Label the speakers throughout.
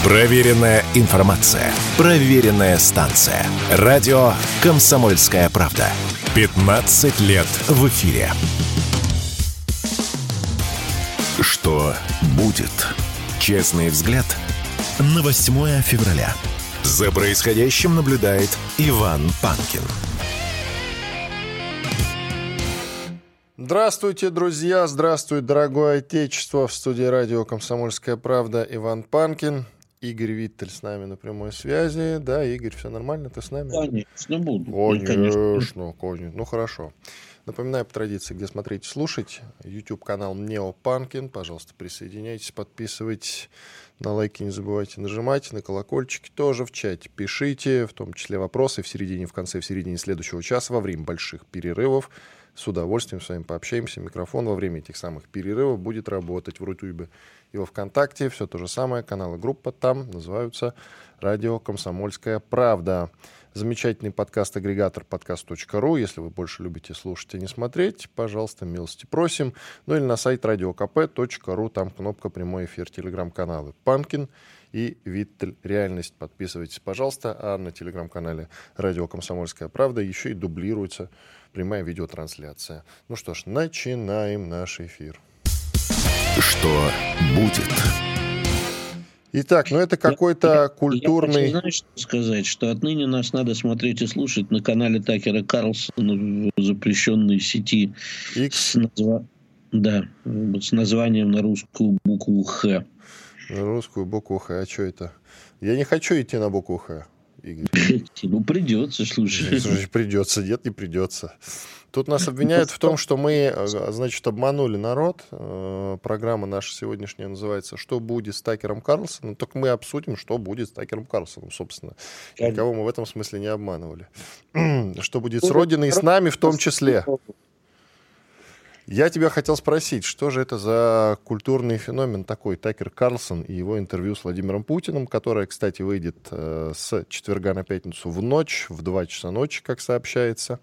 Speaker 1: Проверенная информация. Проверенная станция. Радио «Комсомольская правда». 15 лет в эфире. Что будет? Честный взгляд на 8 февраля. За происходящим наблюдает Иван Панкин.
Speaker 2: Здравствуйте, друзья! Здравствует, дорогое отечество! В студии радио «Комсомольская правда» Иван Панкин. Игорь Виттель с нами на прямой связи. Да, Игорь, все нормально? Ты с нами?
Speaker 3: Конечно, буду.
Speaker 2: Конечно. Ну, хорошо. Напоминаю по традиции, где смотреть, слушать. YouTube-канал Нео Панкин. Пожалуйста, присоединяйтесь, подписывайтесь. На лайки не забывайте нажимать. На колокольчики тоже в чате пишите. В том числе вопросы в середине, в конце, в середине следующего часа во время больших перерывов. С удовольствием с вами пообщаемся. Микрофон во время этих самых перерывов будет работать в Рутюбе и во ВКонтакте. Все то же самое. Канал и группа там называются «Радио Комсомольская правда». Замечательный подкаст-агрегатор подкаст.ру. Если вы больше любите слушать, а не смотреть, пожалуйста, милости просим. Ну или на сайт radiokp.ru. Там кнопка «Прямой эфир», телеграм-каналы «Панкин» и «Виттель. Реальность». Подписывайтесь, пожалуйста. А на телеграм-канале «Радио Комсомольская правда» еще и дублируется прямая видеотрансляция. Ну что ж, начинаем наш эфир.
Speaker 1: Что будет?
Speaker 2: Итак, это какой-то культурный...
Speaker 3: Я хочу, знаешь, что сказать, что отныне нас надо смотреть и слушать на канале Такера Карлсона в запрещенной сети с названием на русскую букву «Х».
Speaker 2: На русскую букву «Х». А что это? Я не хочу идти на букву «Х», Игорь.
Speaker 3: Ну, придется, слушай.
Speaker 2: Придется, нет, не придется. Тут нас обвиняют в том, что мы, значит, обманули народ. Программа наша сегодняшняя называется «Что будет с Такером Карлсоном?». Так мы обсудим, что будет с Такером Карлсоном, собственно. Никого мы в этом смысле не обманывали. Что будет с Родиной и с нами в том числе. Я тебя хотел спросить, что же это за культурный феномен такой Такер Карлсон и его интервью с Владимиром Путиным, которое, кстати, выйдет с четверга на пятницу в ночь, в 2 часа ночи, как сообщается.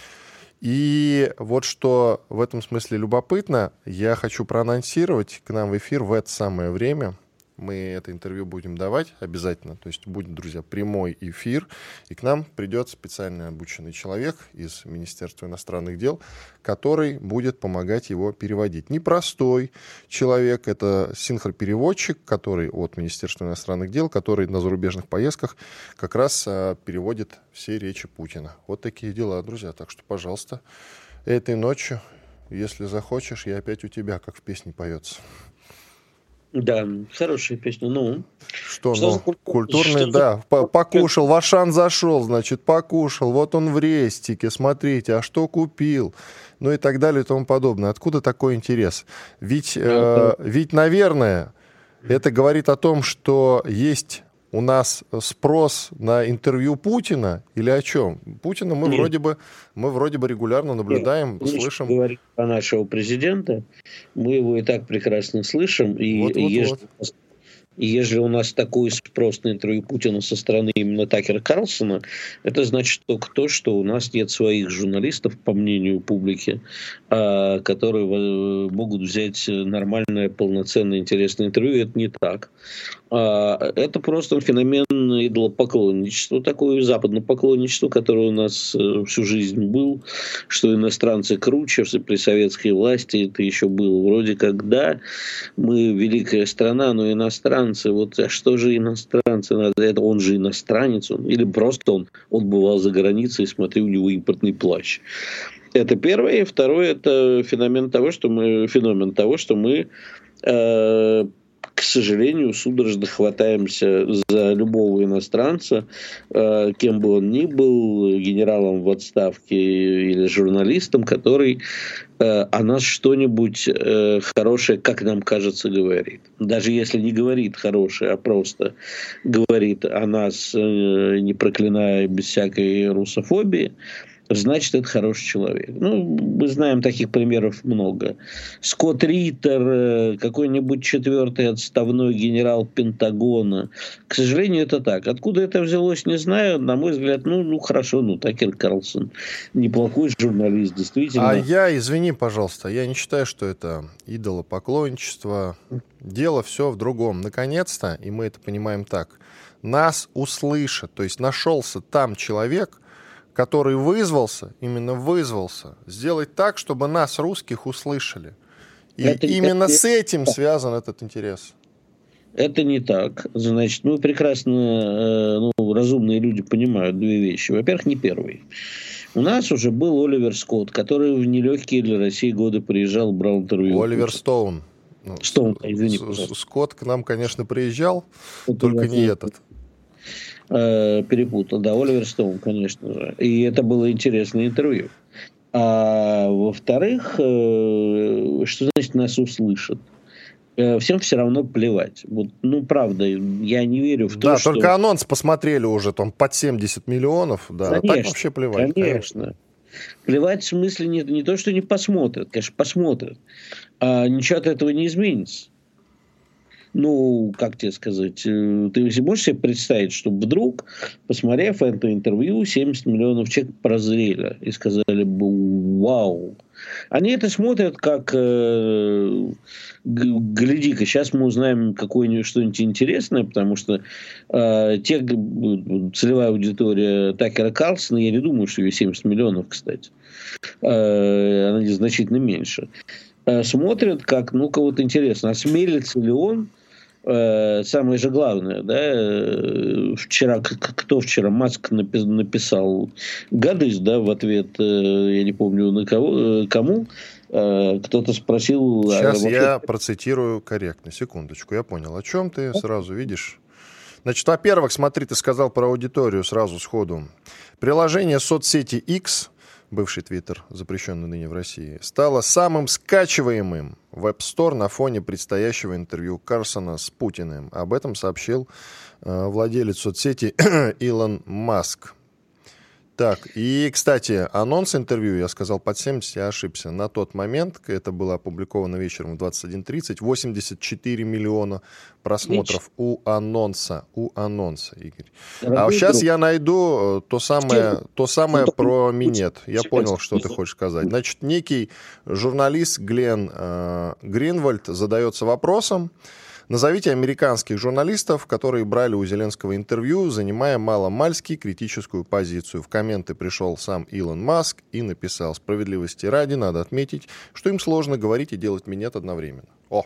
Speaker 2: И вот что в этом смысле любопытно, я хочу проанонсировать к нам в эфир в это самое время. Мы это интервью будем давать обязательно. То есть будет, друзья, прямой эфир. И к нам придет специально обученный человек из Министерства иностранных дел, который будет помогать его переводить. Непростой человек. Это синхропереводчик, который от Министерства иностранных дел, который на зарубежных поездках как раз переводит все речи Путина. Вот такие дела, друзья. Так что, пожалуйста, этой ночью, если захочешь, я опять у тебя, как в песне поется.
Speaker 3: Да, хорошая песня.
Speaker 2: Что культурный, да. Покушал, в Ашан зашел, значит, покушал. Вот он в рестике, смотрите, а что купил? Ну и так далее и тому подобное. Откуда такой интерес? Ведь, наверное, это говорит о том, что есть у нас спрос на интервью Путина или о чем? Путина мы вроде бы регулярно наблюдаем, слышим.
Speaker 3: Говорить про нашего президента, мы его и так прекрасно слышим. И если у нас такой спрос на интервью Путина со стороны именно Такера Карлсона, это значит только то, что у нас нет своих журналистов, по мнению публики, которые могут взять нормальное, полноценное, интересное интервью. Это не так. Это просто феномен идолопоклонничества, такое западнопоклонничество, которое у нас всю жизнь был, что иностранцы круче, при советской власти это еще было вроде как, да, мы великая страна, но иностранцы, вот а что же иностранцы, это он же иностранец, или просто он бывал за границей, смотри, у него импортный плащ. Это первое. И второе, это феномен того, что мы к сожалению, судорожно хватаемся за любого иностранца, кем бы он ни был, генералом в отставке или журналистом, который о нас что-нибудь хорошее, как нам кажется, говорит. Даже если не говорит хорошее, а просто говорит о нас, не проклиная, без всякой русофобии, значит, это хороший человек. Ну, мы знаем таких примеров много. Скотт Риттер, какой-нибудь 4-й отставной генерал Пентагона. К сожалению, это так. Откуда это взялось, не знаю. На мой взгляд, хорошо, Такер Карлсон неплохой журналист, действительно.
Speaker 2: А я, извини, пожалуйста, я не считаю, что это идолопоклонничество. Дело все в другом. Наконец-то, и мы это понимаем так, нас услышат. То есть нашелся там человек, который именно вызвался сделать так, чтобы нас, русских, услышали. И именно с этим связан этот интерес.
Speaker 3: Это не так. Значит, мы прекрасно, разумные люди понимают две вещи. Во-первых, не первый. У нас уже был Оливер Скотт, который в нелегкие для России годы приезжал, брал интервью.
Speaker 2: Оливер Стоун.
Speaker 3: Стоун, извини, пожалуйста.
Speaker 2: Скотт к нам, конечно, приезжал, только не этот.
Speaker 3: Перепутал, да, Оливер Стоун, конечно же. И это было интересное интервью. А во-вторых, что значит нас услышат? Всем все равно плевать. Правда, я не верю в то, что...
Speaker 2: Да, только анонс посмотрели уже, там, под 70 миллионов, да, конечно, так вообще плевать.
Speaker 3: Конечно. Плевать в смысле не то, что не посмотрят, конечно, посмотрят, а ничего от этого не изменится. Как тебе сказать, ты можешь себе представить, что вдруг, посмотрев это интервью, 70 миллионов человек прозрели и сказали бы «Вау!». Они это смотрят как «Гляди-ка, сейчас мы узнаем какое-нибудь что-нибудь интересное», потому что целевая аудитория Такера Карлсона, я не думаю, что ее 70 миллионов, кстати, она значительно меньше, смотрят как, кого-то интересно, осмелится ли он. Самое же главное, кто вчера Маск написал гадость, в ответ, я не помню кому, кто-то спросил...
Speaker 2: Сейчас я процитирую корректно, секундочку, я понял, о чем ты, сразу видишь. Значит, во-первых, смотри, ты сказал про аудиторию сразу сходу. Приложение соцсети X, бывший Твиттер, запрещенный ныне в России, стало самым скачиваемым в App Store на фоне предстоящего интервью Карлсона с Путиным. Об этом сообщил владелец соцсети Илон Маск. Так, и, кстати, анонс интервью, я сказал под 70, я ошибся. На тот момент, это было опубликовано вечером в 21:30, 84 миллиона просмотров у анонса, Игорь. А сейчас я найду то самое про минет. Я понял, что ты хочешь сказать. Значит, некий журналист Глен Гринвальд задается вопросом: назовите американских журналистов, которые брали у Зеленского интервью, занимая маломальски критическую позицию. В комменты пришел сам Илон Маск и написал: справедливости ради, надо отметить, что им сложно говорить и делать минет одновременно. О!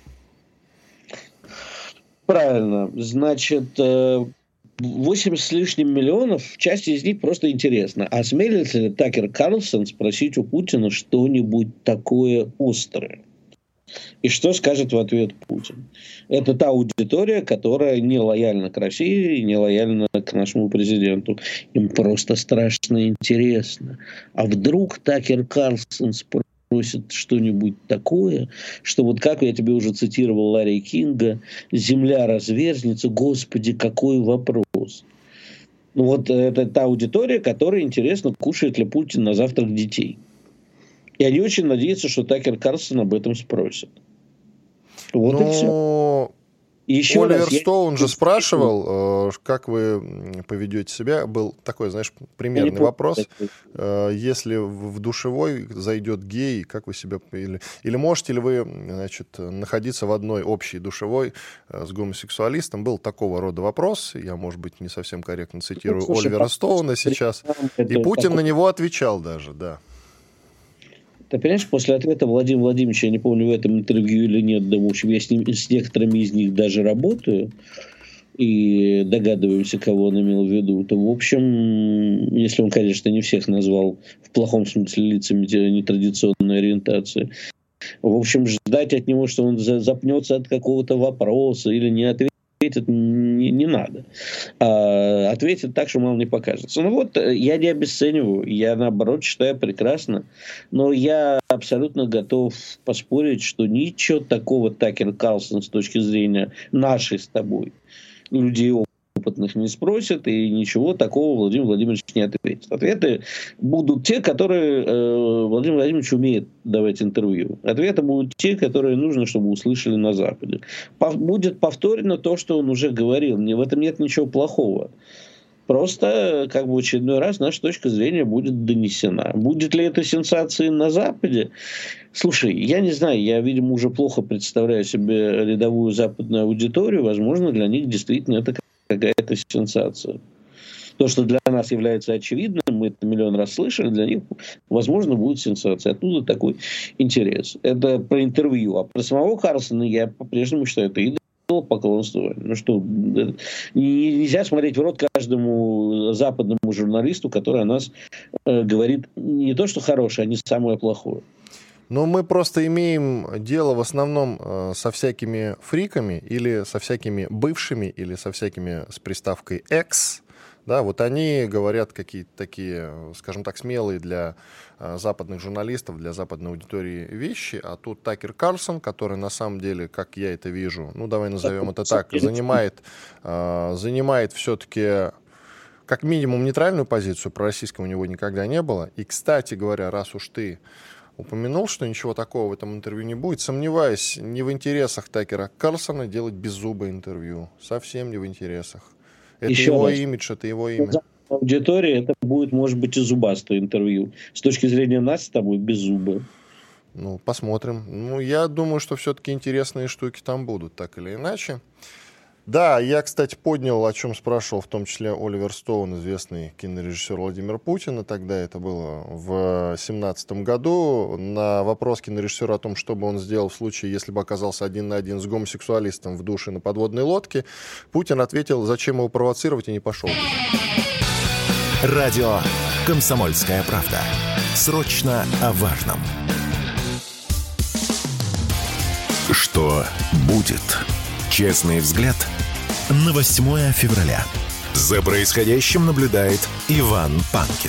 Speaker 3: Правильно. Значит, 80 с лишним миллионов, часть из них просто интересно. Осмелится ли Такер Карлсон спросить у Путина что-нибудь такое острое? И что скажет в ответ Путин? Это та аудитория, которая не лояльна к России и не лояльна к нашему президенту. Им просто страшно интересно. А вдруг Такер Карлсон спросит что-нибудь такое, что как я тебе уже цитировал Ларри Кинга, земля разверзнется, господи, какой вопрос. Это та аудитория, которая интересно, кушает ли Путин на завтрак детей. И они очень надеются, что Такер Карлсон об этом спросит. И все.
Speaker 2: Оливер Стоун же спрашивал, как вы поведете себя. Был такой, примерный вопрос. Если в душевой зайдет гей, как вы себя... Или можете ли вы, находиться в одной общей душевой с гомосексуалистом? Был такого рода вопрос. Я, может быть, не совсем корректно цитирую Оливера Стоуна сейчас. И Путин на него отвечал даже, да.
Speaker 3: Ты понимаешь, после ответа Владимира Владимировича, я не помню, в этом интервью или нет, да, в общем, я с некоторыми из них даже работаю, и догадываемся, кого он имел в виду, то, в общем, если он, конечно, не всех назвал в плохом смысле лицами нетрадиционной ориентации, в общем, ждать от него, что он запнется от какого-то вопроса или не ответит, не надо. Ответит так, что мало не покажется. Я не обесцениваю, я наоборот считаю прекрасно, но я абсолютно готов поспорить, что ничего такого Такер Карлсон с точки зрения нашей с тобой, людей опыта западных не спросят, и ничего такого Владимир Владимирович не ответит. Ответы будут те, которые Владимир Владимирович умеет давать интервью. Ответы будут те, которые нужно, чтобы услышали на Западе. Будет повторено то, что он уже говорил. В этом нет ничего плохого. Просто, как бы, в очередной раз наша точка зрения будет донесена. Будет ли это сенсацией на Западе? Слушай, я не знаю, я, видимо, уже плохо представляю себе рядовую западную аудиторию. Возможно, для них действительно это какая-то сенсация. То, что для нас является очевидным, мы это миллион раз слышали, для них, возможно, будет сенсация. Оттуда такой интерес. Это про интервью. А про самого Карлсона я по-прежнему считаю, это поклонство. Ну что, нельзя смотреть в рот каждому западному журналисту, который о нас говорит не то, что хорошее, а не самое плохое.
Speaker 2: Но мы просто имеем дело в основном со всякими фриками или со всякими бывшими, или со всякими с приставкой «экс». Да, вот они говорят какие-то такие, скажем так, смелые для западных журналистов, для западной аудитории вещи, а тут Такер Карлсон, который на самом деле, как я это вижу, ну давай назовем это так, занимает все-таки как минимум нейтральную позицию, пророссийской у него никогда не было. И, кстати говоря, раз уж ты упомянул, что ничего такого в этом интервью не будет, сомневаюсь, не в интересах Такера Карлсона делать беззубое интервью, совсем не в интересах. Это еще его имидж, это его имя.
Speaker 3: Аудитория, это будет, может быть, и зубастое интервью. С точки зрения нас с тобой беззубое.
Speaker 2: Ну, посмотрим. Ну, я думаю, что все-таки интересные штуки там будут, так или иначе. Да, я, кстати, поднял, о чем спрашивал, в том числе Оливер Стоун, известный кинорежиссер Владимира Путина. Тогда это было в 2017 году. На вопрос кинорежиссера о том, что бы он сделал в случае, если бы оказался один на один с гомосексуалистом в душе на подводной лодке, Путин ответил, зачем его провоцировать, и не пошел.
Speaker 1: Радио «Комсомольская правда». Срочно о важном. Что будет? Честный взгляд на 8 февраля. За происходящим наблюдает Иван Панкин.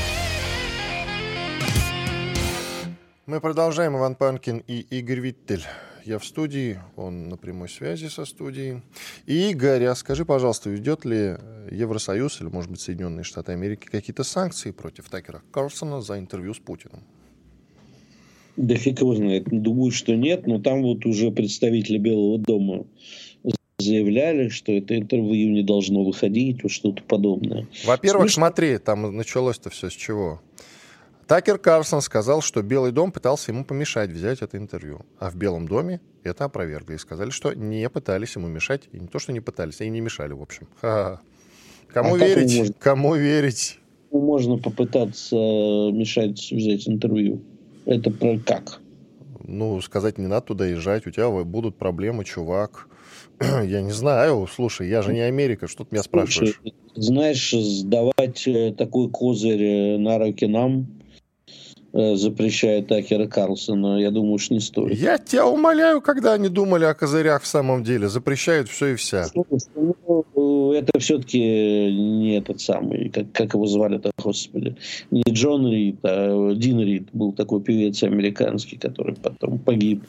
Speaker 2: Мы продолжаем. Иван Панкин и Игорь Виттель. Я в студии, он на прямой связи со студией. И, Игорь, а скажи, пожалуйста, ведет ли Евросоюз или, может быть, Соединенные Штаты Америки какие-то санкции против Такера Карлсона за интервью с Путиным?
Speaker 3: Да фиг его знает. Думаю, что нет, но там вот уже представители Белого дома заявляли, что это интервью не должно выходить, вот что-то подобное.
Speaker 2: Во-первых, смотри, там началось-то все с чего. Такер Карлсон сказал, что Белый дом пытался ему помешать взять это интервью. А в Белом доме это опровергли и сказали, что не пытались ему мешать. И не то, что не пытались, а и не мешали, в общем. Ха-ха. Кому верить? Кому верить?
Speaker 3: Можно попытаться мешать взять интервью. Это про как?
Speaker 2: Ну, сказать, не надо туда езжать, у тебя будут проблемы, чувак. Я не знаю, слушай, я же не Америка, что ты меня спрашиваешь?
Speaker 3: Слушай, знаешь, сдавать такой козырь на руки нам, запрещает Такера Карлсона, я думаю, уж не стоит.
Speaker 2: Я тебя умоляю, когда они думали о козырях в самом деле, запрещают все и вся.
Speaker 3: Ну, это все-таки не этот самый, как его звали-то, господи, не Джон Рид, а Дин Рид, был такой певец американский, который потом погиб,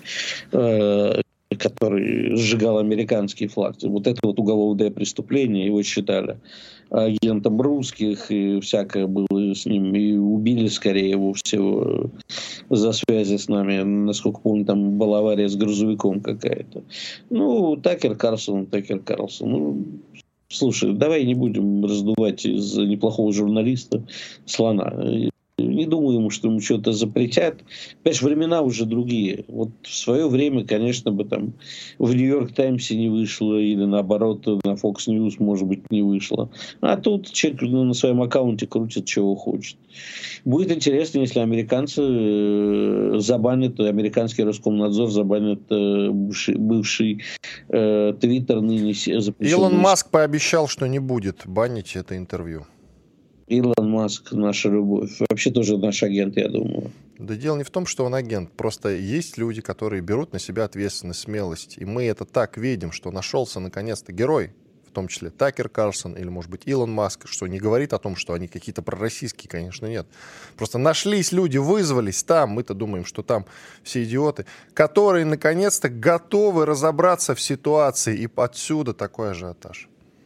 Speaker 3: который сжигал американский флаг. Вот это вот уголовное преступление, его считали агентом русских, и всякое было с ним, и убили скорее его всего за связи с нами. Насколько помню, там была авария с грузовиком какая-то. Ну, Такер Карлсон. Ну, слушай, давай не будем раздувать из неплохого журналиста слона. Не думаю ему, что ему что-то запретят. Понимаешь, времена уже другие. Вот в свое время, конечно, бы там в Нью-Йорк Таймсе не вышло, или наоборот на Fox News, может быть, не вышло. А тут человек на своем аккаунте крутит, чего хочет. Будет интересно, если американцы забанят, американский Роскомнадзор забанит бывший Твиттер, ныне запрещенный.
Speaker 2: Илон Маск пообещал, что не будет банить это интервью.
Speaker 3: Илон Маск — наша любовь. Вообще тоже наш агент, я думаю.
Speaker 2: Да дело не в том, что он агент. Просто есть люди, которые берут на себя ответственность, смелость. И мы это так видим, что нашелся наконец-то герой, в том числе Такер Карлсон или, может быть, Илон Маск, что не говорит о том, что они какие-то пророссийские, конечно, нет. Просто нашлись люди, вызвались там, мы-то думаем, что там все идиоты, которые наконец-то готовы разобраться в ситуации, и отсюда такой ажиотаж.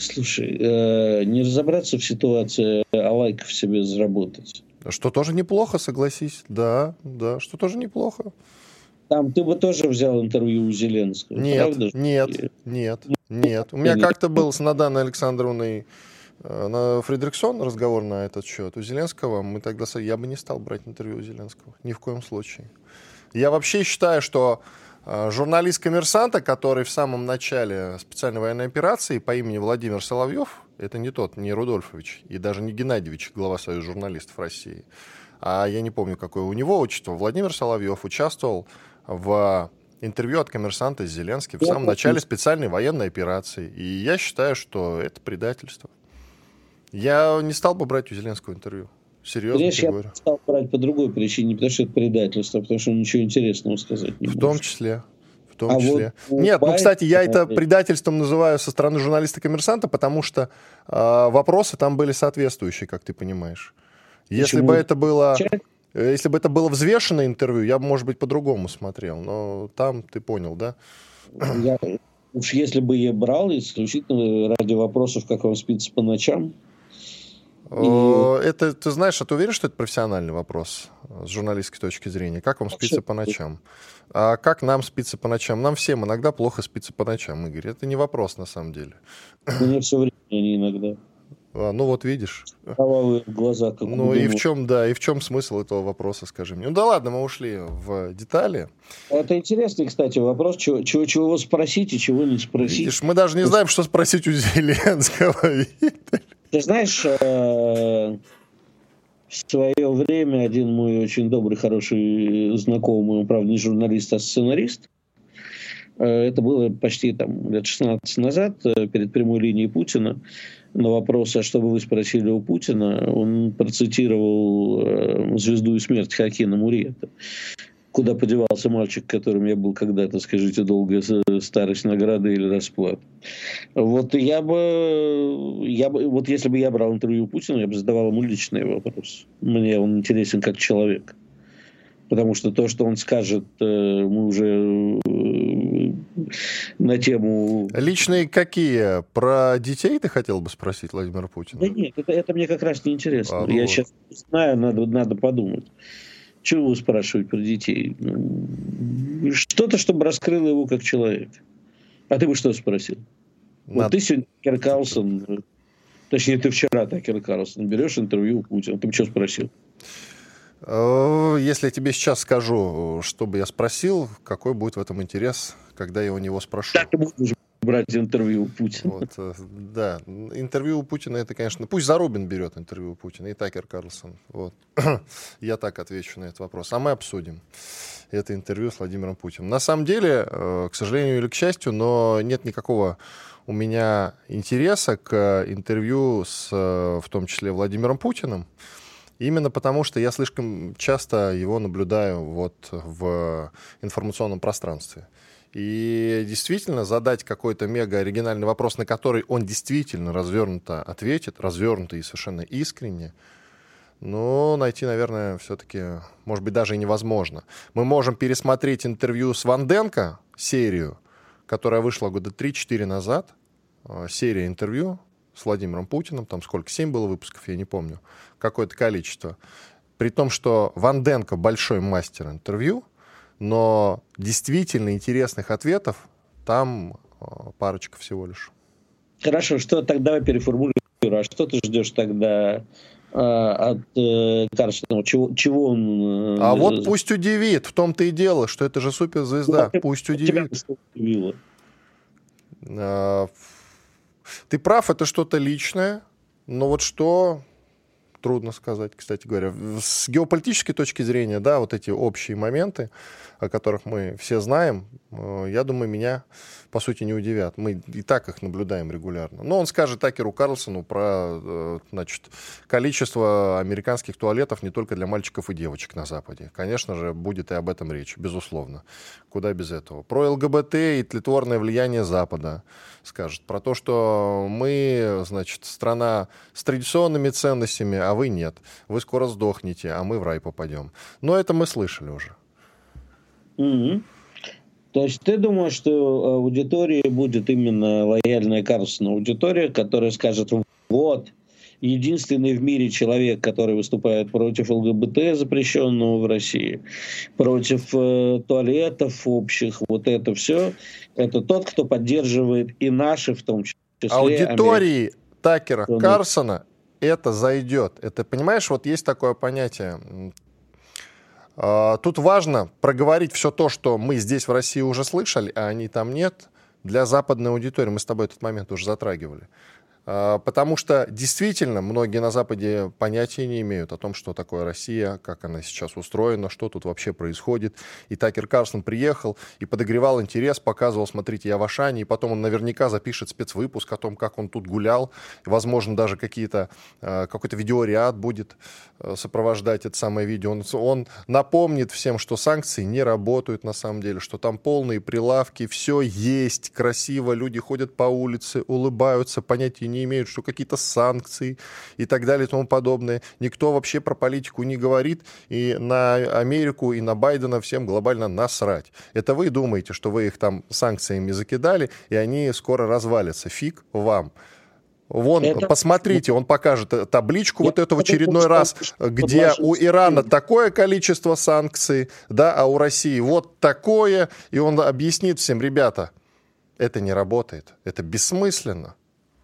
Speaker 3: Слушай, не разобраться в ситуации, а лайков себе заработать.
Speaker 2: Что тоже неплохо, согласись. Да, что тоже неплохо.
Speaker 3: Там ты бы тоже взял интервью у Зеленского, правда?
Speaker 2: Нет. У меня как-то был с Наданой Александровной Фридриксон разговор на этот счет. У Зеленского я бы не стал брать интервью у Зеленского. Ни в коем случае. Я вообще считаю, что журналист «Коммерсанта», который в самом начале специальной военной операции по имени Владимир Соловьев, это не Рудольфович и даже не Геннадьевич, глава Союза журналистов России, а я не помню, какое у него отчество, Владимир Соловьев участвовал в интервью от «Коммерсанта» с Зеленским в самом начале специальной военной операции. И я считаю, что это предательство. Я не стал бы брать у Зеленского интервью. Серьезно тебе говорю.
Speaker 3: Я стал брать по другой причине, не потому что это предательство, а потому что он ничего интересного сказать не может.
Speaker 2: В том числе. Нет, кстати, я это предательством называю со стороны журналиста «Коммерсанта», потому что вопросы там были соответствующие, как ты понимаешь. Если бы это было взвешенное интервью, я бы, может быть, по-другому смотрел. Но там ты понял, да?
Speaker 3: Если бы я брал исключительно ради вопросов, как вам спится по ночам.
Speaker 2: Это, ты знаешь, ты уверен, что это профессиональный вопрос с журналистской точки зрения? Как вам спится по ночам? А как нам спится по ночам? Нам всем иногда плохо спится по ночам, Игорь. Это не вопрос на самом деле.
Speaker 3: Мне все время, не иногда.
Speaker 2: Ну вот видишь.
Speaker 3: Кровавые глаза.
Speaker 2: И в чем смысл этого вопроса, скажи мне? Ну да ладно, мы ушли в детали.
Speaker 3: Это интересный, кстати, вопрос, чего спросить и чего не спросить.
Speaker 2: Видишь, мы даже не знаем, что спросить у Зеленского.
Speaker 3: Ты знаешь, в свое время один мой очень добрый, хороший знакомый, он, правда, не журналист, а сценарист, это было почти лет 16 назад, перед прямой линией Путина, на вопрос, а что бы вы спросили у Путина, он процитировал «Звезду и смерть» Хакина Мурьета. Куда подевался мальчик, которым я был когда-то, скажите, долгая старость, награда или расплата. Вот если бы я брал интервью Путина, я бы задавал ему личный вопрос. Мне он интересен как человек. Потому что то, что он скажет, мы уже на тему...
Speaker 2: Личные какие? Про детей ты хотел бы спросить Владимира Путина?
Speaker 3: Да нет, это мне как раз не интересно. Я сейчас не знаю, надо подумать. Чего вы спрашиваете про детей? Что-то, чтобы раскрыло его как человек. А ты бы что спросил? Вот ты сегодня Такер Карлсон, точнее, ты вчера Такер Карлсон, берешь интервью у Путина. Ты бы что спросил?
Speaker 2: Если я тебе сейчас скажу, что бы я спросил, какой будет в этом интерес, когда я у него спрошу?
Speaker 3: Так ты будешь брать интервью у Путина.
Speaker 2: Да, интервью у Путина это, конечно... Пусть Зарубин берет интервью у Путина и Такер Карлсон. Я так отвечу на этот вопрос. А мы обсудим это интервью с Владимиром Путиным. На самом деле, к сожалению или к счастью, но нет никакого у меня интереса к интервью в том числе Владимиром Путиным. Именно потому, что я слишком часто его наблюдаю в информационном пространстве. И действительно задать какой-то мега оригинальный вопрос, на который он действительно развернуто ответит, развернуто и совершенно искренне, найти, наверное, все-таки, может быть, даже и невозможно. Мы можем пересмотреть интервью с Ванденко, серию, которая вышла года 3-4 назад, серия интервью с Владимиром Путиным, там сколько, 7 было выпусков, я не помню, какое-то количество. При том, что Ванденко большой мастер интервью, но действительно интересных ответов там парочка всего лишь.
Speaker 3: Хорошо, давай переформулируем. А что ты ждешь тогда от Карлсона? Чего он...
Speaker 2: пусть удивит. В том-то и дело, что это же суперзвезда. Пусть удивит.
Speaker 3: Тебя что удивило?
Speaker 2: Ты прав, это что-то личное. Но что... Трудно сказать, кстати говоря. С геополитической точки зрения, да, вот эти общие моменты, о которых мы все знаем, я думаю, меня, по сути, не удивят. Мы и так их наблюдаем регулярно. Но он скажет Такеру Карлсону про, количество американских туалетов не только для мальчиков и девочек на Западе. Конечно же, будет и об этом речь, безусловно. Куда без этого. Про ЛГБТ и тлетворное влияние Запада скажет. Про то, что мы, страна с традиционными ценностями, а вы нет. Вы скоро сдохнете, а мы в рай попадем. Но это мы слышали уже.
Speaker 3: Mm-hmm. То есть ты думаешь, что аудитория будет именно лояльная Карлсону? Аудитория, которая скажет, вот, единственный в мире человек, который выступает против ЛГБТ, запрещенного в России, против туалетов общих, вот это все, это тот, кто поддерживает и наши, в том числе,
Speaker 2: аудитории Такера Карлсона это зайдет. Это, понимаешь, вот есть такое понятие. Тут важно проговорить все то, что мы здесь в России уже слышали, а они там нет, для западной аудитории. Мы с тобой этот момент уже затрагивали. Потому что действительно многие на Западе понятия не имеют о том, что такое Россия, как она сейчас устроена, что тут вообще происходит. И Такер Карлсон приехал и подогревал интерес, показывал, смотрите, я в Ашане, и потом он наверняка запишет спецвыпуск о том, как он тут гулял. И, возможно, даже какой-то видеоряд будет сопровождать это самое видео. Он напомнит всем, что санкции не работают на самом деле, что там полные прилавки, все есть, красиво, люди ходят по улице, улыбаются, понятия не имеют, что какие-то санкции и так далее и тому подобное. Никто вообще про политику не говорит, и на Америку, и на Байдена всем глобально насрать. Это вы думаете, что вы их там санкциями закидали, и они скоро развалятся. Фиг вам. Вон, посмотрите, он покажет табличку вот эту в очередной раз, где у Ирана такое количество санкций, да, а у России вот такое, и он объяснит всем, ребята, это не работает, это бессмысленно.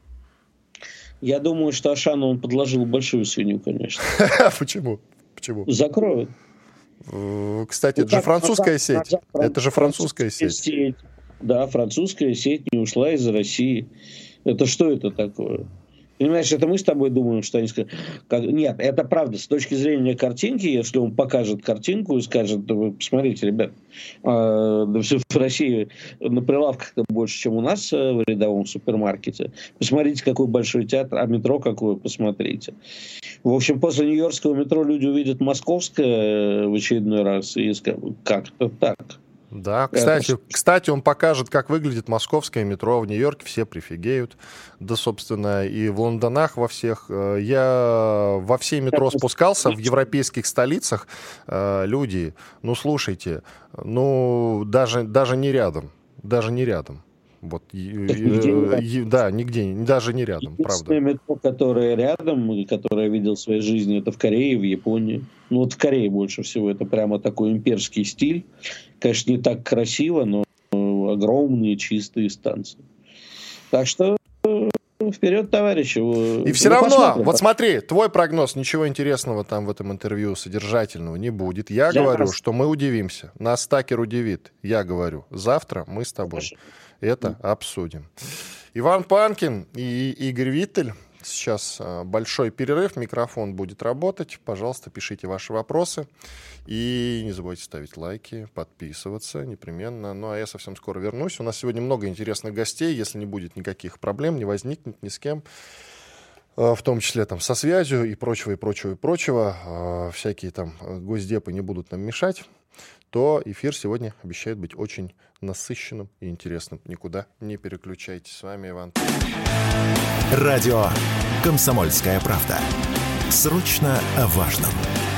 Speaker 3: Я думаю, что Ашану он подложил большую свинью, конечно.
Speaker 2: Почему?
Speaker 3: Закроют.
Speaker 2: Кстати, это же французская сеть. Это же французская сеть.
Speaker 3: Да, французская сеть не ушла из России. Это что это такое? Понимаешь, это мы с тобой думаем, что они скажут... Нет, это правда. С точки зрения картинки, если он покажет картинку и скажет, да вы посмотрите, ребят, да все в России на прилавках больше, чем у нас в рядовом супермаркете. Посмотрите, какой большой театр, а метро какое, посмотрите. В общем, после нью-йоркского метро люди увидят московское в очередной раз и скажут, как-то так.
Speaker 2: Да, кстати, он покажет, как выглядит московское метро. В Нью-Йорке все прифигеют. Да, собственно, и в Лондонах во всех. Я во все метро спускался в европейских столицах. Люди, ну, слушайте, ну, даже не рядом. Даже не рядом. Вот, да, нигде, даже не рядом, правда.
Speaker 3: Единственное метро, которое рядом, и которое я видел в своей жизни, это в Корее и в Японии. Ну, вот в Корее больше всего. Это прямо такой имперский стиль. Конечно, не так красиво, но огромные чистые станции. Так что вперед, товарищи.
Speaker 2: И все равно, вот смотри, твой прогноз, ничего интересного там в этом интервью содержательного не будет. Я говорю, что мы удивимся. Нас Такер удивит. Я говорю, завтра мы с тобой это обсудим. Иван Панкин и Игорь Виттель. Сейчас большой перерыв, микрофон будет работать. Пожалуйста, пишите ваши вопросы. И не забывайте ставить лайки, подписываться непременно. Ну, а я совсем скоро вернусь. У нас сегодня много интересных гостей. Если не будет никаких проблем, не возникнет ни с кем, в том числе там со связью и прочего, всякие там госдепы не будут нам мешать, то эфир сегодня обещает быть очень насыщенным и интересным. Никуда не переключайтесь. С вами Иван.
Speaker 1: Радио «Комсомольская правда». Срочно о важном.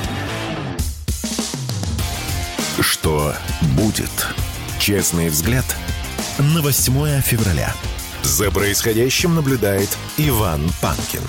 Speaker 1: Что будет? Честный взгляд на 8 февраля. За происходящим наблюдает Иван Панкин.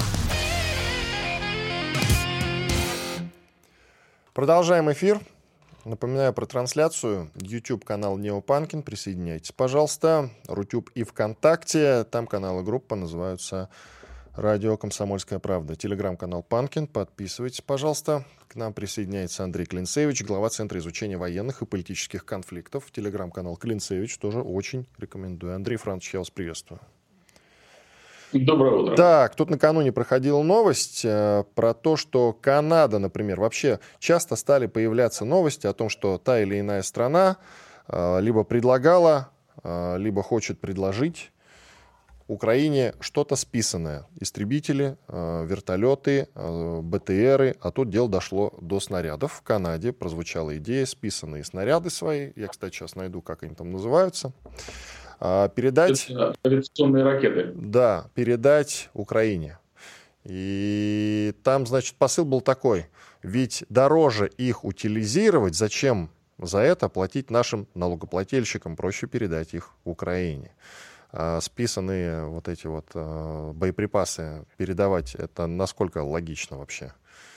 Speaker 2: Продолжаем эфир. Напоминаю про трансляцию. YouTube-канал Неопанкин. Присоединяйтесь, пожалуйста. Рутюб и ВКонтакте. Там канал и группа называются «Радио Комсомольская правда». Телеграм-канал Панкин. Подписывайтесь, пожалуйста. К нам присоединяется Андрей Клинцевич, глава Центра изучения военных и политических конфликтов. Телеграм-канал Клинцевич тоже очень рекомендую. Андрей Францович, я вас приветствую.
Speaker 4: Доброе утро.
Speaker 2: Так, тут накануне проходила новость про то, что Канада, например, вообще часто стали появляться новости о том, что та или иная страна либо предлагала, либо хочет предложить Украине что-то списанное. Истребители, вертолеты, БТРы. А тут дело дошло до снарядов. В Канаде прозвучала идея списанные снаряды свои. Я, кстати, сейчас найду, как они там называются. Передать...
Speaker 4: Это авиационные ракеты.
Speaker 2: Да, передать Украине. И там, значит, посыл был такой. Ведь дороже их утилизировать, зачем за это платить нашим налогоплательщикам, проще передать их Украине. Списанные вот эти вот боеприпасы передавать, это насколько логично вообще?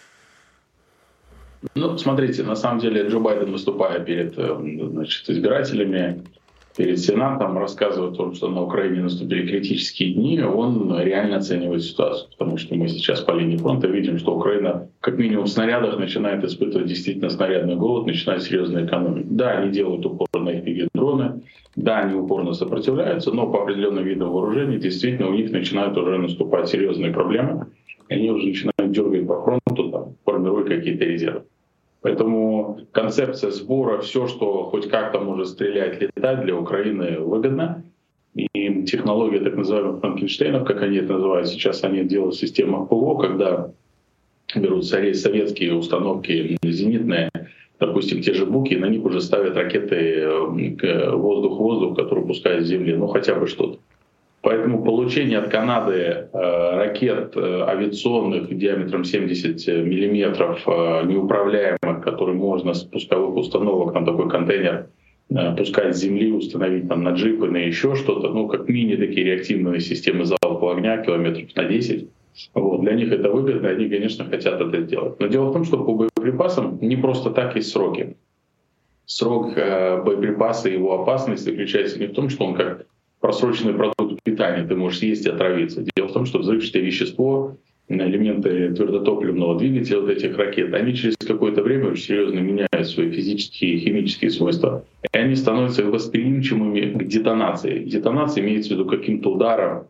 Speaker 4: Ну, смотрите, на самом деле Джо Байден, выступая перед избирателями, перед Сенатом, рассказывает о том, что на Украине наступили критические дни, он реально оценивает ситуацию, потому что мы сейчас по линии фронта видим, что Украина как минимум в снарядах начинает испытывать действительно снарядный голод, начинает серьезно экономить. Да, они делают упор на FPV-дроны, да, они упорно сопротивляются, но по определенным видам вооружений действительно у них начинают уже наступать серьезные проблемы, они уже начинают дергать по фронту, там, формируя какие-то резервы. Поэтому концепция сбора, все, что хоть как-то может стрелять, летать, для Украины выгодна. И технология так называемых Франкенштейнов, как они это называют, сейчас они делают в системах ПВО, когда берут советские установки зенитные, допустим, те же «Буки», на них уже ставят ракеты воздух-воздух, которые пускают с земли, ну хотя бы что-то. Поэтому получение от Канады ракет авиационных диаметром 70 миллиметров, неуправляемых, которые можно с пусковых установок на такой контейнер пускать с земли, установить там на джипы, на еще что-то, ну как мини такие реактивные системы залпового огня километров на 10. Вот. Для них это выгодно, они, конечно, хотят это сделать. Но дело в том, что по боеприпасам не просто так есть сроки. Срок боеприпаса и его опасность заключается не в том, что он как просроченный продукт питания, ты можешь съесть и отравиться. Дело в том, что взрывчатое вещество, элементы твердотопливного двигателя вот этих ракет, они через какое-то время очень серьезно меняют свои физические и химические свойства, и они становятся восприимчивыми к детонации. Детонация имеется в виду каким-то ударом,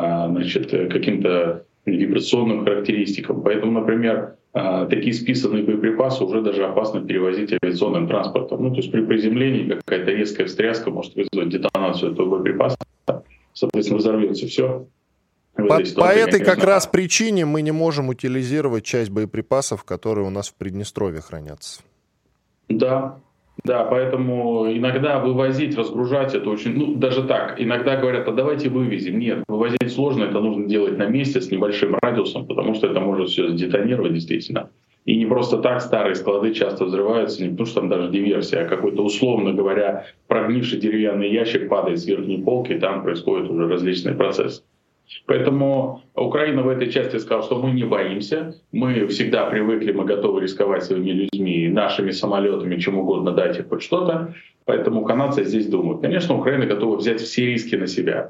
Speaker 4: каким-то вибрационным характеристикам. Поэтому, например, такие списанные боеприпасы уже даже опасно перевозить авиационным транспортом. Ну, то есть при приземлении какая-то резкая встряска может вызвать детонацию этого боеприпаса, соответственно, взорвется все.
Speaker 2: По этой как раз причине мы не можем утилизировать часть боеприпасов, которые у нас в Приднестровье хранятся.
Speaker 4: Да, поэтому иногда вывозить, разгружать это очень... Ну, даже так, иногда говорят, а давайте вывезем. Нет, вывозить сложно, это нужно делать на месте с небольшим радиусом, потому что это может все сдетонировать действительно. И не просто так старые склады часто взрываются, не потому что там даже диверсия, а какой-то, условно говоря, прогнивший деревянный ящик падает с верхней полки, и там происходят уже различные процессы. Поэтому Украина в этой части сказала, что мы не боимся, мы всегда привыкли, мы готовы рисковать своими людьми, нашими самолетами, чем угодно, дайте хоть что-то. Поэтому канадцы здесь думают. Конечно, Украина готова взять все риски на себя.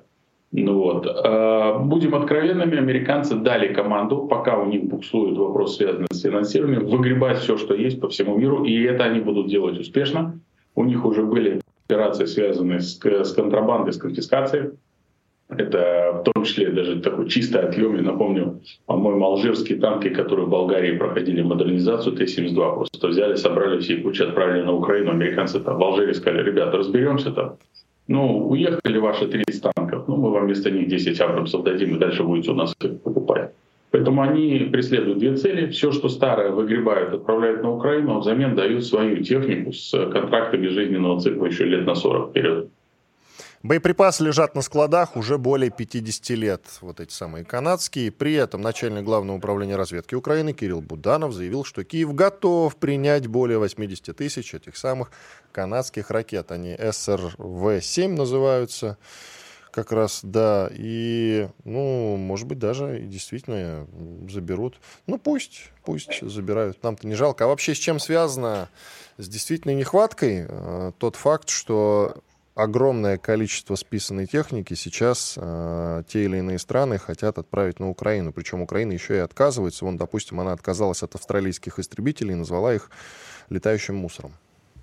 Speaker 4: Будем откровенными, американцы дали команду, пока у них буксует вопрос, связанный с финансированием, выгребать все, что есть по всему миру, и это они будут делать успешно. У них уже были операции, связанные с контрабандой, с конфискацией. Это в том числе даже такой чистый отъем. Я напомню, по-моему, алжирские танки, которые в Болгарии проходили модернизацию Т-72, просто взяли, собрали все кучи, отправили на Украину. Американцы там в Алжире сказали, ребята, разберемся там. Ну, уехали ваши 30 танков, ну, мы вам вместо них 10 абрамсов дадим, и дальше будете у нас их покупать. Поэтому они преследуют две цели. Все, что старое, выгребают, отправляют на Украину, а взамен дают свою технику с контрактами жизненного цикла еще лет на 40 вперед.
Speaker 2: Боеприпасы лежат на складах уже более 50 лет, вот эти самые канадские. При этом начальник Главного управления разведки Украины Кирилл Буданов заявил, что Киев готов принять более 80 тысяч этих самых канадских ракет. Они СРВ-7 называются как раз, да. И, ну, может быть, даже и действительно заберут. Ну, пусть забирают. Нам-то не жалко. А вообще с чем связано? С действительной нехваткой тот факт, что огромное количество списанной техники сейчас те или иные страны хотят отправить на Украину. Причем Украина еще и отказывается. Вон, допустим, она отказалась от австралийских истребителей и назвала их летающим мусором.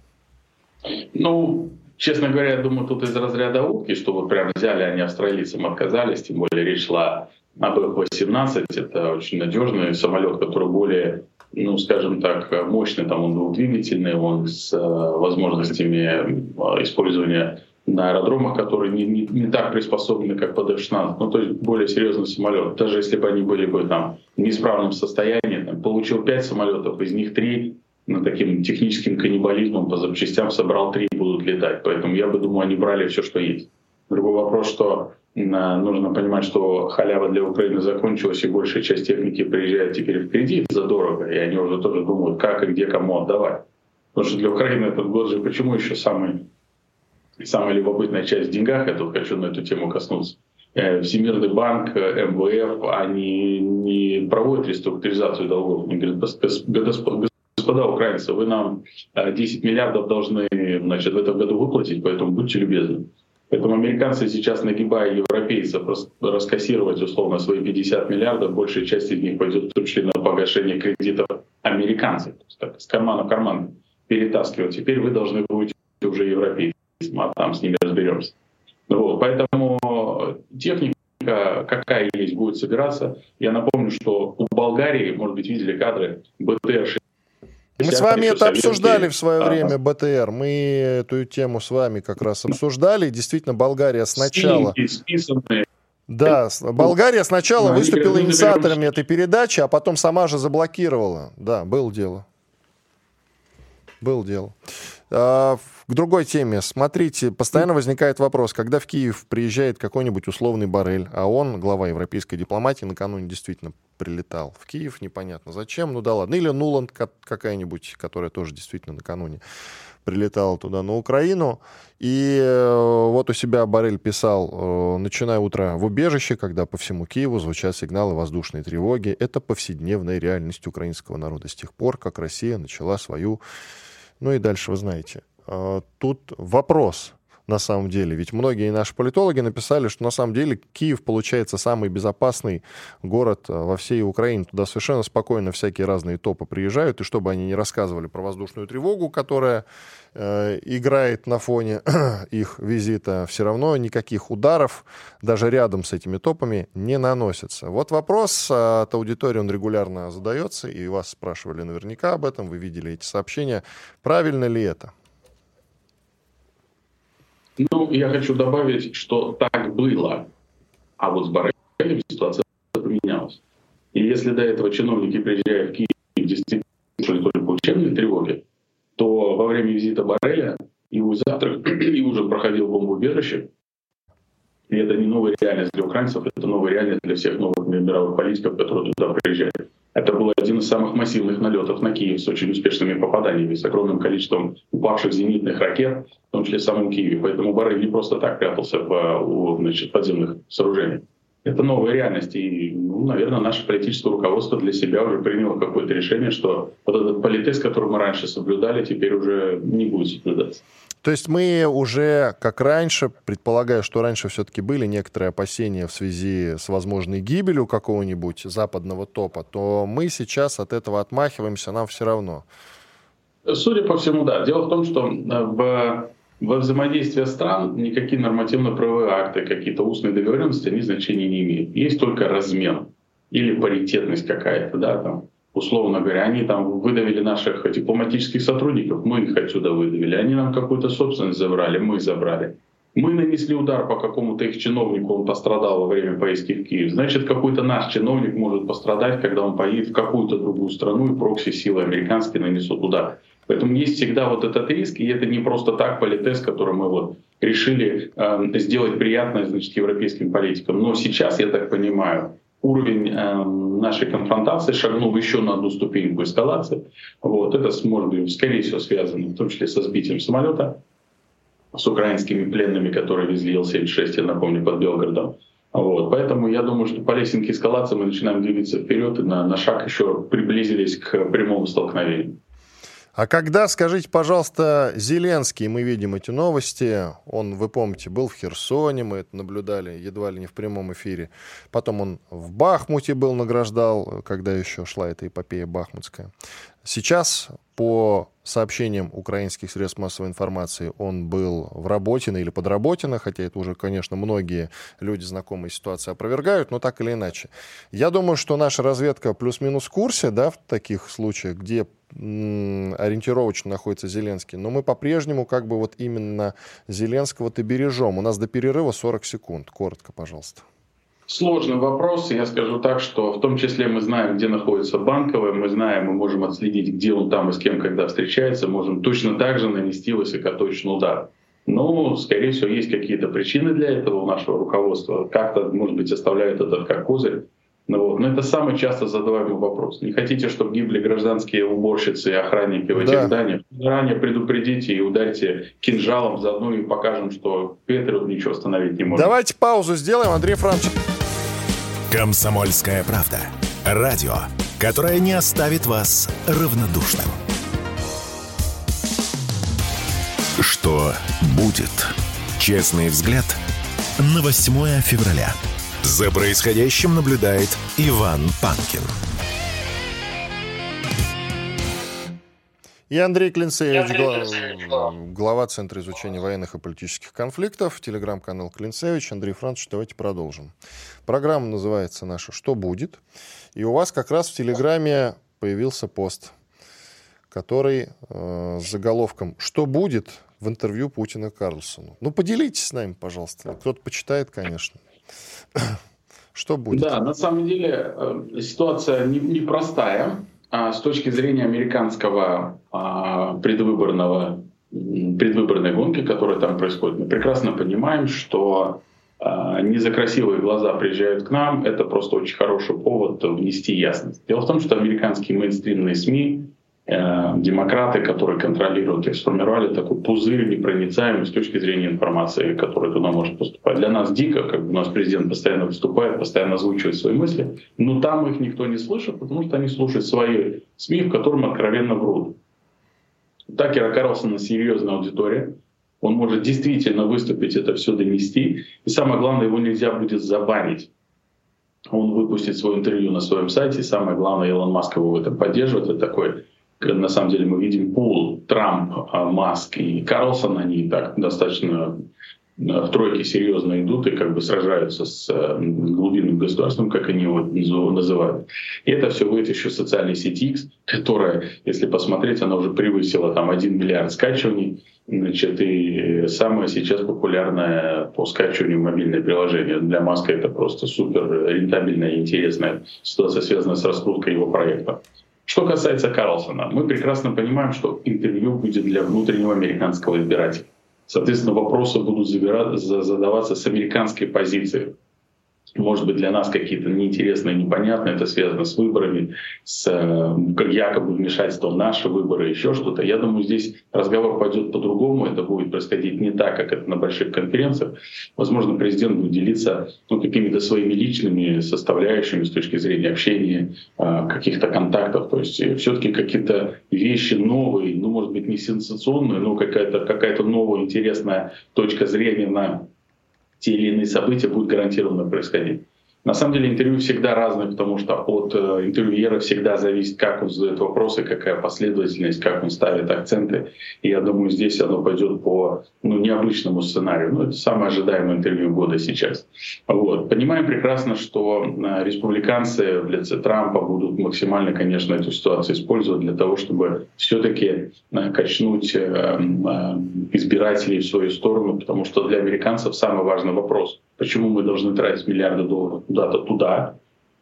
Speaker 4: Ну, честно говоря, я думаю, тут из разряда утки, что вот прям взяли, они австралийцам отказались. Тем более речь шла об F-18. Это очень надежный самолет, который более, ну, скажем так, мощный, там он двухдвигательный, он с возможностями использования на аэродромах, которые не так приспособлены, как под F-16. Ну, то есть более серьезный самолет. Даже если бы они были бы там в неисправном состоянии, там, получил 5 самолетов, из них 3 таким техническим каннибализмом по запчастям собрал, 3 будут летать. Поэтому я бы думаю, они брали все, что есть. Другой вопрос, что нужно понимать, что халява для Украины закончилась, и большая часть техники приезжает теперь в кредит задорого, и они уже тоже думают, как и где кому отдавать. Потому что для Украины этот год же почему еще самая любопытная часть в деньгах, я тут хочу на эту тему коснуться. Всемирный банк, МВФ, они не проводят реструктуризацию долгов. Они говорят: господа украинцы, вы нам 10 миллиардов должны, значит, в этом году выплатить, поэтому будьте любезны. Поэтому американцы сейчас, нагибая европейцев раскассировать условно свои 50 миллиардов, большая часть из них пойдет в том числе на погашение кредитов американцев. То есть так, с кармана в карман перетаскивать. Теперь вы должны будете уже европейцам, а там с ними разберемся. Вот, поэтому техника, какая есть, будет собираться. Я напомню, что у Болгарии, может быть, видели кадры БТР-60.
Speaker 2: Мы с вами это обсуждали в свое время, БТР. Мы эту тему с вами как раз обсуждали. Действительно, Болгария сначала... Да, Болгария сначала выступила инициаторами этой передачи, а потом сама же заблокировала. Да, было дело. Было дело. К другой теме. Смотрите, постоянно возникает вопрос, когда в Киев приезжает какой-нибудь условный Боррель, а он, глава европейской дипломатии, накануне действительно прилетал в Киев, непонятно зачем, ну да ладно. Или Нуланд какая-нибудь, которая тоже действительно накануне прилетала туда, на Украину. И вот у себя Боррель писал: начиная утро в убежище, когда по всему Киеву звучат сигналы воздушной тревоги. Это повседневная реальность украинского народа с тех пор, как Россия начала свою... Ну и дальше вы знаете. Тут вопрос, на самом деле. Ведь многие наши политологи написали, что на самом деле Киев получается самый безопасный город во всей Украине. Туда совершенно спокойно всякие разные топы приезжают. И что бы они ни рассказывали про воздушную тревогу, которая играет на фоне их визита, все равно никаких ударов даже рядом с этими топами не наносится. Вот вопрос от аудитории, он регулярно задается, и вас спрашивали наверняка об этом, вы видели эти сообщения. Правильно ли это?
Speaker 4: Ну, я хочу добавить, что так было, а вот с Боррелем ситуация поменялась. И если до этого чиновники, приезжая в Киев, действительно только по учебной тревоге, то во время визита Борреля его завтрак и ужин проходил в бомбоубежище. И это не новая реальность для украинцев, это новая реальность для всех новых мировых политиков, которые туда приезжают. Это был один из самых массивных налетов на Киев с очень успешными попаданиями, с огромным количеством упавших зенитных ракет, в том числе в самом Киеве. Поэтому Боррель не просто так прятался в подземных сооружениях. Это новая реальность. И, наверное, наше политическое руководство для себя уже приняло какое-то решение, что вот этот политез, который мы раньше соблюдали, теперь уже не будет соблюдаться.
Speaker 2: То есть мы уже, как раньше, предполагаю, что раньше все-таки были некоторые опасения в связи с возможной гибелью какого-нибудь западного топа, то мы сейчас от этого отмахиваемся, нам все равно.
Speaker 4: Судя по всему, да. Дело в том, что во взаимодействии стран никакие нормативно-правовые акты, какие-то устные договоренности, они значения не имеют. Есть только размен или паритетность какая-то, да, там. Условно говоря, они там выдавили наших дипломатических сотрудников, мы их отсюда выдавили. Они нам какую-то собственность забрали, мы забрали. Мы нанесли удар по какому-то их чиновнику, он пострадал во время поездки в Киев. Значит, какой-то наш чиновник может пострадать, когда он поедет в какую-то другую страну, и прокси-силы американские нанесут удар. Поэтому есть всегда вот этот риск, и это не просто так политез, который мы вот решили сделать приятное, значит, европейским политикам. Но сейчас, я так понимаю, уровень нашей конфронтации шагнул еще на одну ступеньку эскалации. Вот. Это может быть, скорее всего, связано в том числе со сбитием самолета, с украинскими пленными, которые везли Ил-76, я напомню, под Белгородом. Вот. Поэтому я думаю, что по лесенке эскалации мы начинаем двигаться вперед и на шаг еще приблизились к прямому столкновению.
Speaker 2: А когда, скажите, пожалуйста, Зеленский, мы видим эти новости, он, вы помните, был в Херсоне, мы это наблюдали едва ли не в прямом эфире, потом он в Бахмуте был, награждал, когда еще шла эта эпопея бахмутская. Сейчас, по сообщениям украинских средств массовой информации, он был в Работино или под Работино, хотя это уже, конечно, многие люди, знакомые с ситуацией, опровергают, но так или иначе. Я думаю, что наша разведка плюс-минус в курсе, да, в таких случаях, где ориентировочно находится Зеленский, но мы по-прежнему как бы вот именно Зеленского-то бережем. У нас до перерыва 40 секунд. Коротко, пожалуйста.
Speaker 4: Сложный вопрос. Я скажу так, что в том числе мы знаем, где находится Банковая, мы знаем, мы можем отследить, где он там и с кем, когда встречается, можем точно так же нанести высокоточный удар. Но, скорее всего, есть какие-то причины для этого у нашего руководства. Как-то, может быть, оставляют это как козырь. Но это самый часто задаваемый вопрос. Не хотите, чтобы гибли гражданские уборщицы и охранники в этих зданиях? Заранее предупредите и ударьте кинжалом, заодно и покажем, что Петров ничего остановить не может.
Speaker 2: Давайте паузу сделаем, Андрей Францович.
Speaker 1: «Комсомольская правда». Радио, которое не оставит вас равнодушным. Что будет? Честный взгляд на 8 февраля. За происходящим наблюдает Иван Панкин.
Speaker 2: И Андрей Клинцевич, глава Центра изучения военных и политических конфликтов, телеграм-канал Клинцевич. Андрей Францович, давайте продолжим. Программа называется наша «Что будет?». И у вас как раз в телеграме появился пост, который с заголовком «Что будет?» в интервью Путина Карлсону. Поделитесь с нами, пожалуйста. Кто-то почитает, конечно. Что будет?
Speaker 4: Да, на самом деле ситуация непростая. С точки зрения американского предвыборной гонки, которая там происходит, мы прекрасно понимаем, что не за красивые глаза приезжают к нам. Это просто очень хороший повод внести ясность. Дело в том, что американские мейнстримные СМИ, демократы, которые контролируют их, сформировали такой пузырь непроницаемый с точки зрения информации, которая туда может поступать. Для нас дико, как у нас президент постоянно выступает, постоянно озвучивает свои мысли, но там их никто не слышит, потому что они слушают свои СМИ, в котором откровенно врут. Такера Карлсона серьезная аудитория, он может действительно выступить, это все донести, и самое главное, его нельзя будет забанить. Он выпустит свое интервью на своем сайте, и самое главное, Илон Маск его в этом поддерживает. Это такой, на самом деле, мы видим пул Трамп, Маск и Карлсон, они так достаточно в тройке серьезно идут и как бы сражаются с глубинным государством, как они его называют. И это все выйдет еще в социальной сети X, которая, если посмотреть, она уже превысила там 1 миллиард скачиваний. Значит, и самое сейчас популярное по скачиванию мобильное приложение. Для Маска это просто супер рентабельная и интересная ситуация, связанная с раскруткой его проекта. Что касается Карлсона, мы прекрасно понимаем, что интервью будет для внутреннего американского избирателя. Соответственно, вопросы будут задаваться с американской позиции. Может быть, для нас какие-то неинтересные, непонятные, это связано с выборами, с якобы вмешательством в наши выборы, еще что-то. Я думаю, здесь разговор пойдет по-другому, это будет происходить не так, как это на больших конференциях. Возможно, президент будет делиться какими-то своими личными составляющими с точки зрения общения, каких-то контактов. То есть все-таки какие-то вещи новые, может быть, не сенсационные, но какая-то новая интересная точка зрения на те или иные события будут гарантированно происходить. На самом деле интервью всегда разное, потому что от интервьюера всегда зависит, как он задает вопросы, какая последовательность, как он ставит акценты. И я думаю, здесь оно пойдет по необычному сценарию. Это самое ожидаемое интервью года сейчас. Понимаем прекрасно, что республиканцы в лице Трампа будут максимально, конечно, эту ситуацию использовать для того, чтобы все-таки качнуть избирателей в свою сторону, потому что для американцев самый важный вопрос — почему мы должны тратить миллиарды долларов куда-то туда,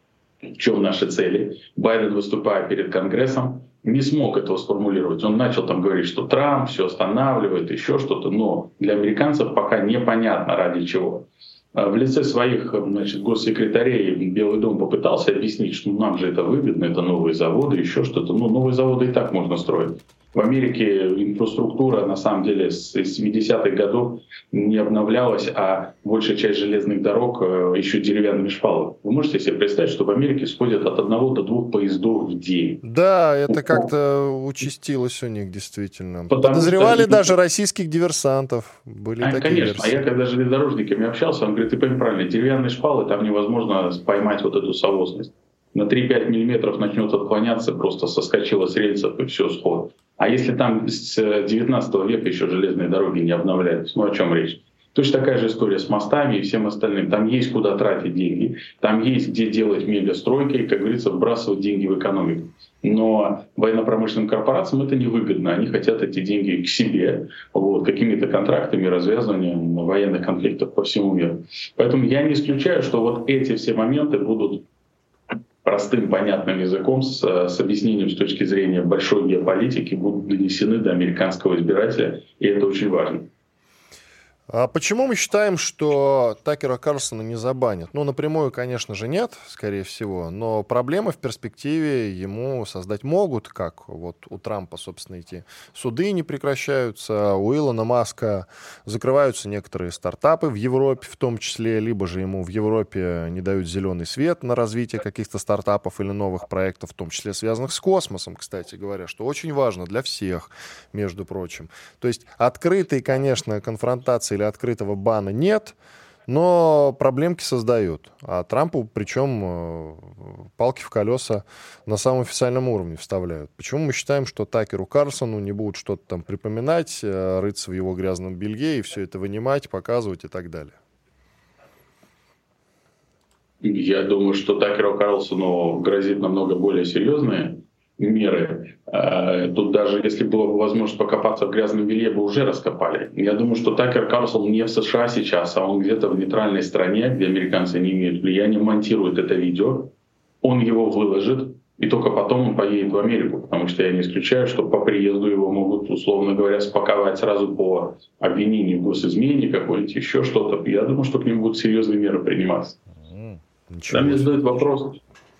Speaker 4: в чем наши цели. Байден, выступая перед Конгрессом, не смог этого сформулировать. Он начал там говорить, что Трамп все останавливает, еще что-то, но для американцев пока непонятно ради чего. В лице своих госсекретарей Белый дом попытался объяснить, что нам же это выгодно, это новые заводы, еще что-то. Новые заводы и так можно строить. В Америке инфраструктура, на самом деле, с 70-х годов не обновлялась, а большая часть железных дорог еще деревянными шпалами. Вы можете себе представить, что в Америке сходят от 1 до 2 поездов в день?
Speaker 2: Да, это как-то участилось у них действительно. Подозревали даже российских диверсантов. Были такие
Speaker 4: конечно.
Speaker 2: версии.
Speaker 4: А я когда с железнодорожниками общался, он говорит, ты пойми правильно, деревянные шпалы, там невозможно поймать эту совозность. На 3-5 миллиметров начнет отклоняться, просто соскочило с рельсов и все, сход. А если там с 19 века еще железные дороги не обновлялись, о чем речь? Точно такая же история с мостами и всем остальным. Там есть куда тратить деньги, там есть где делать мегастройки и, как говорится, вбрасывать деньги в экономику. Но военно-промышленным корпорациям это невыгодно. Они хотят эти деньги к себе, какими-то контрактами, развязыванием военных конфликтов по всему миру. Поэтому я не исключаю, что эти все моменты будут простым, понятным языком, с объяснением с точки зрения большой геополитики, будут донесены до американского избирателя, и это очень важно.
Speaker 2: А почему мы считаем, что Такера Карлсона не забанят? Ну, напрямую, конечно же, нет, скорее всего, но проблемы в перспективе ему создать могут, как вот у Трампа, собственно, эти суды не прекращаются, у Илона Маска закрываются некоторые стартапы в Европе в том числе, либо же ему в Европе не дают зеленый свет на развитие каких-то стартапов или новых проектов, в том числе связанных с космосом, кстати говоря, что очень важно для всех, между прочим. То есть открытой, конечно, конфронтации или открытого бана нет, но проблемки создают. А Трампу, причем, палки в колеса на самом официальном уровне вставляют. Почему мы считаем, что Такеру Карлсону не будут что-то там припоминать, рыться в его грязном белье и все это вынимать, показывать и так далее?
Speaker 4: Я думаю, что Такеру Карлсону грозит намного более серьезные меры. Тут даже если была бы возможность покопаться в грязном белье, бы уже раскопали. Я думаю, что Такер Карлсон не в США сейчас, а он где-то в нейтральной стране, где американцы не имеют влияния, монтирует это видео, он его выложит, и только потом он поедет в Америку, потому что я не исключаю, что по приезду его могут, условно говоря, спаковать сразу по обвинению в госизмене, какой-нибудь еще что-то. Я думаю, что к нему будут серьезные меры приниматься. Когда мне задают вопрос,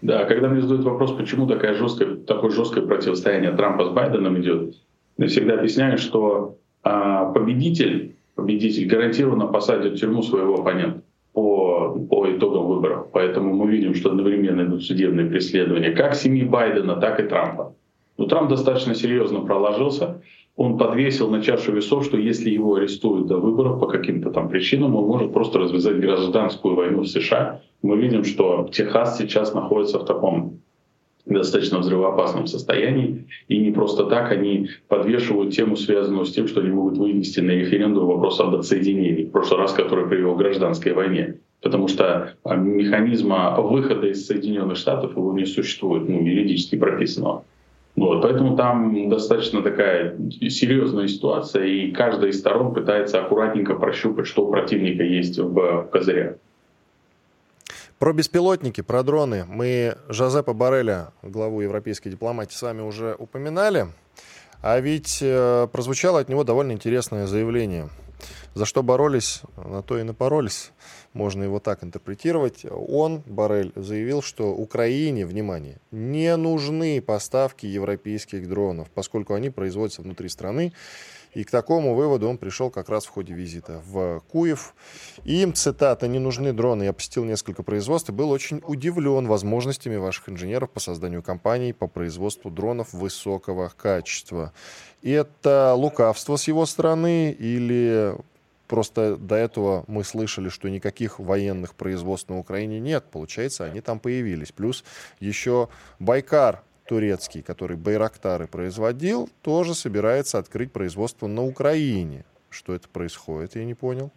Speaker 4: почему такое жесткое противостояние Трампа с Байденом идет, я всегда объясняю, что победитель гарантированно посадит в тюрьму своего оппонента по итогам выборов. Поэтому мы видим, что одновременно идут судебные преследования как семьи Байдена, так и Трампа. Но Трамп достаточно серьезно проложился. Он подвесил на чашу весов, что если его арестуют до выборов по каким-то там причинам, он может просто развязать гражданскую войну в США. Мы видим, что Техас сейчас находится в таком достаточно взрывоопасном состоянии. И не просто так они подвешивают тему, связанную с тем, что они могут вынести на референдум вопрос об отсоединении, в прошлый раз, который привел к гражданской войне. Потому что механизма выхода из Соединенных Штатов его не существует, юридически прописанного. Вот, поэтому там достаточно такая серьезная ситуация, и каждая из сторон пытается аккуратненько прощупать, что у противника есть в козырях.
Speaker 2: Про беспилотники, про дроны мы Жозепа Борреля, главу европейской дипломатии, с вами уже упоминали, а ведь прозвучало от него довольно интересное заявление. За что боролись, на то и напоролись. Можно его так интерпретировать. Он, Боррель, заявил, что Украине, внимание, не нужны поставки европейских дронов, поскольку они производятся внутри страны. И к такому выводу он пришел как раз в ходе визита в Киев. Им, цитата, «не нужны дроны». Я посетил несколько производств и был очень удивлен возможностями ваших инженеров по созданию компаний по производству дронов высокого качества. И это лукавство с его стороны или... Просто до этого мы слышали, что никаких военных производств на Украине нет. Получается, они там появились. Плюс еще Байкар турецкий, который Байрактары производил, тоже собирается открыть производство на Украине. Что это происходит, я не понял.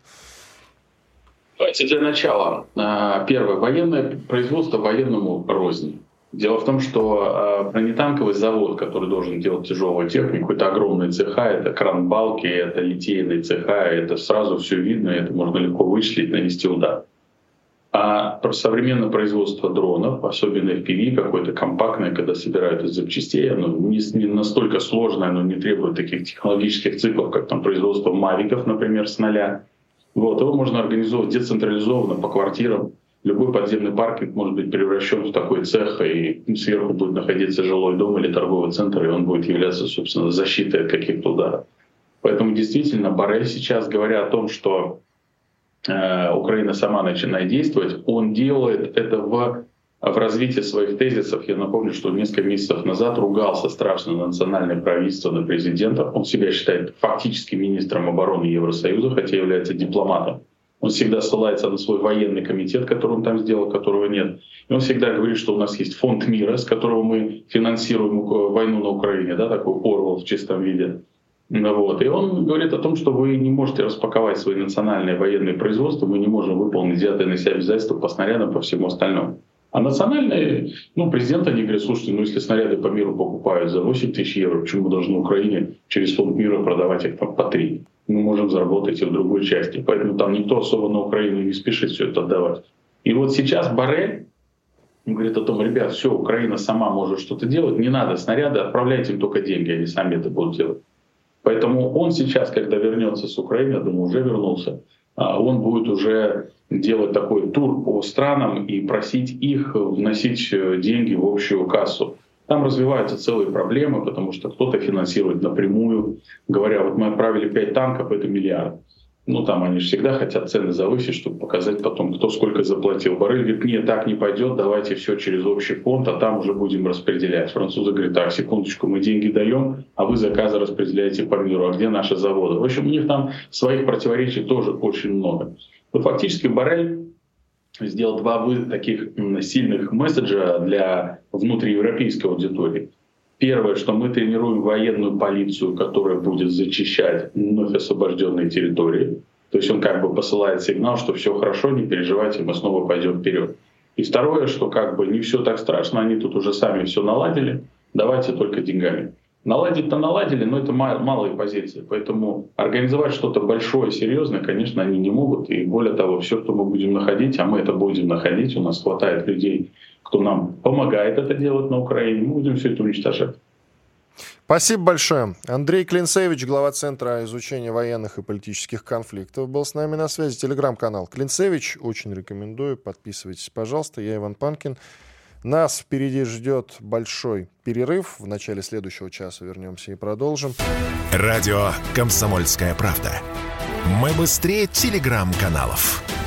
Speaker 4: Давайте для начала. Первое. Военное производство военному рознь. Дело в том, что бронетанковый завод, который должен делать тяжелую технику, это огромные цеха, это кран-балки, это литейные цеха, это сразу все видно, это можно легко вычислить, нанести удар. А современное производство дронов, особенно FPV, какое-то компактное, когда собирают из запчастей, оно не настолько сложное, оно не требует таких технологических циклов, как там производство мавиков, например, с нуля. Вот, его можно организовать децентрализованно по квартирам. Любой подземный паркинг может быть превращен в такой цех, и сверху будет находиться жилой дом или торговый центр, и он будет являться, собственно, защитой от каких-то ударов. Поэтому действительно Боррель сейчас, говоря о том, что Украина сама начинает действовать, он делает это в развитии своих тезисов. Я напомню, что несколько месяцев назад ругался страшно на национальное правительство, на президента. Он себя считает фактически министром обороны Евросоюза, хотя является дипломатом. Он всегда ссылается на свой военный комитет, который он там сделал, которого нет. И он всегда говорит, что у нас есть фонд мира, с которого мы финансируем войну на Украине, да, такой Орвел в чистом виде. Вот. И он говорит о том, что вы не можете распаковать свои национальные военные производства, мы не можем выполнить взятые на себя обязательства по снарядам, по всему остальному. А национальные, президент, они говорят, слушайте, если снаряды по миру покупают за 8 тысяч евро, почему мы должны Украине через фонд мира продавать их по 3? Мы можем заработать и в другой части. Поэтому там никто особо на Украину не спешит все это отдавать. И вот сейчас Боррель говорит о том, ребят, все, Украина сама может что-то делать, не надо снаряды, отправляйте им только деньги, они сами это будут делать. Поэтому он сейчас, когда вернется с Украины, я думаю, уже вернулся, он будет уже делать такой тур по странам и просить их вносить деньги в общую кассу. Там развиваются целые проблемы, потому что кто-то финансирует напрямую, говоря, вот мы отправили 5 танков, это миллиард. Ну, там они же всегда хотят цены завысить, чтобы показать потом, кто сколько заплатил. Боррель говорит, нет, так не пойдет, давайте все через общий фонд, а там уже будем распределять. Французы говорят, так, секундочку, мы деньги даем, а вы заказы распределяете по миру, а где наши заводы? В общем, у них там своих противоречий тоже очень много. Но фактически Боррель сделал 2 таких сильных месседжа для внутриевропейской аудитории. Первое, что мы тренируем военную полицию, которая будет зачищать вновь освобожденные территории. То есть он как бы посылает сигнал, что все хорошо, не переживайте, мы снова пойдем вперед. И второе, что как бы не все так страшно, они тут уже сами все наладили, давайте только деньгами. Наладить-то наладили, но это малые позиции. Поэтому организовать что-то большое, серьезное, конечно, они не могут. И более того, все, что мы будем находить, а мы это будем находить, у нас хватает людей, кто нам помогает это делать на Украине, мы будем все это уничтожать.
Speaker 2: Спасибо большое. Андрей Клинцевич, глава Центра изучения военных и политических конфликтов, был с нами на связи. Телеграм-канал Клинцевич. Очень рекомендую. Подписывайтесь, пожалуйста. Я Иван Панкин. Нас впереди ждет большой перерыв. В начале следующего часа вернемся и продолжим.
Speaker 1: Радио «Комсомольская правда». Мы быстрее телеграм-каналов.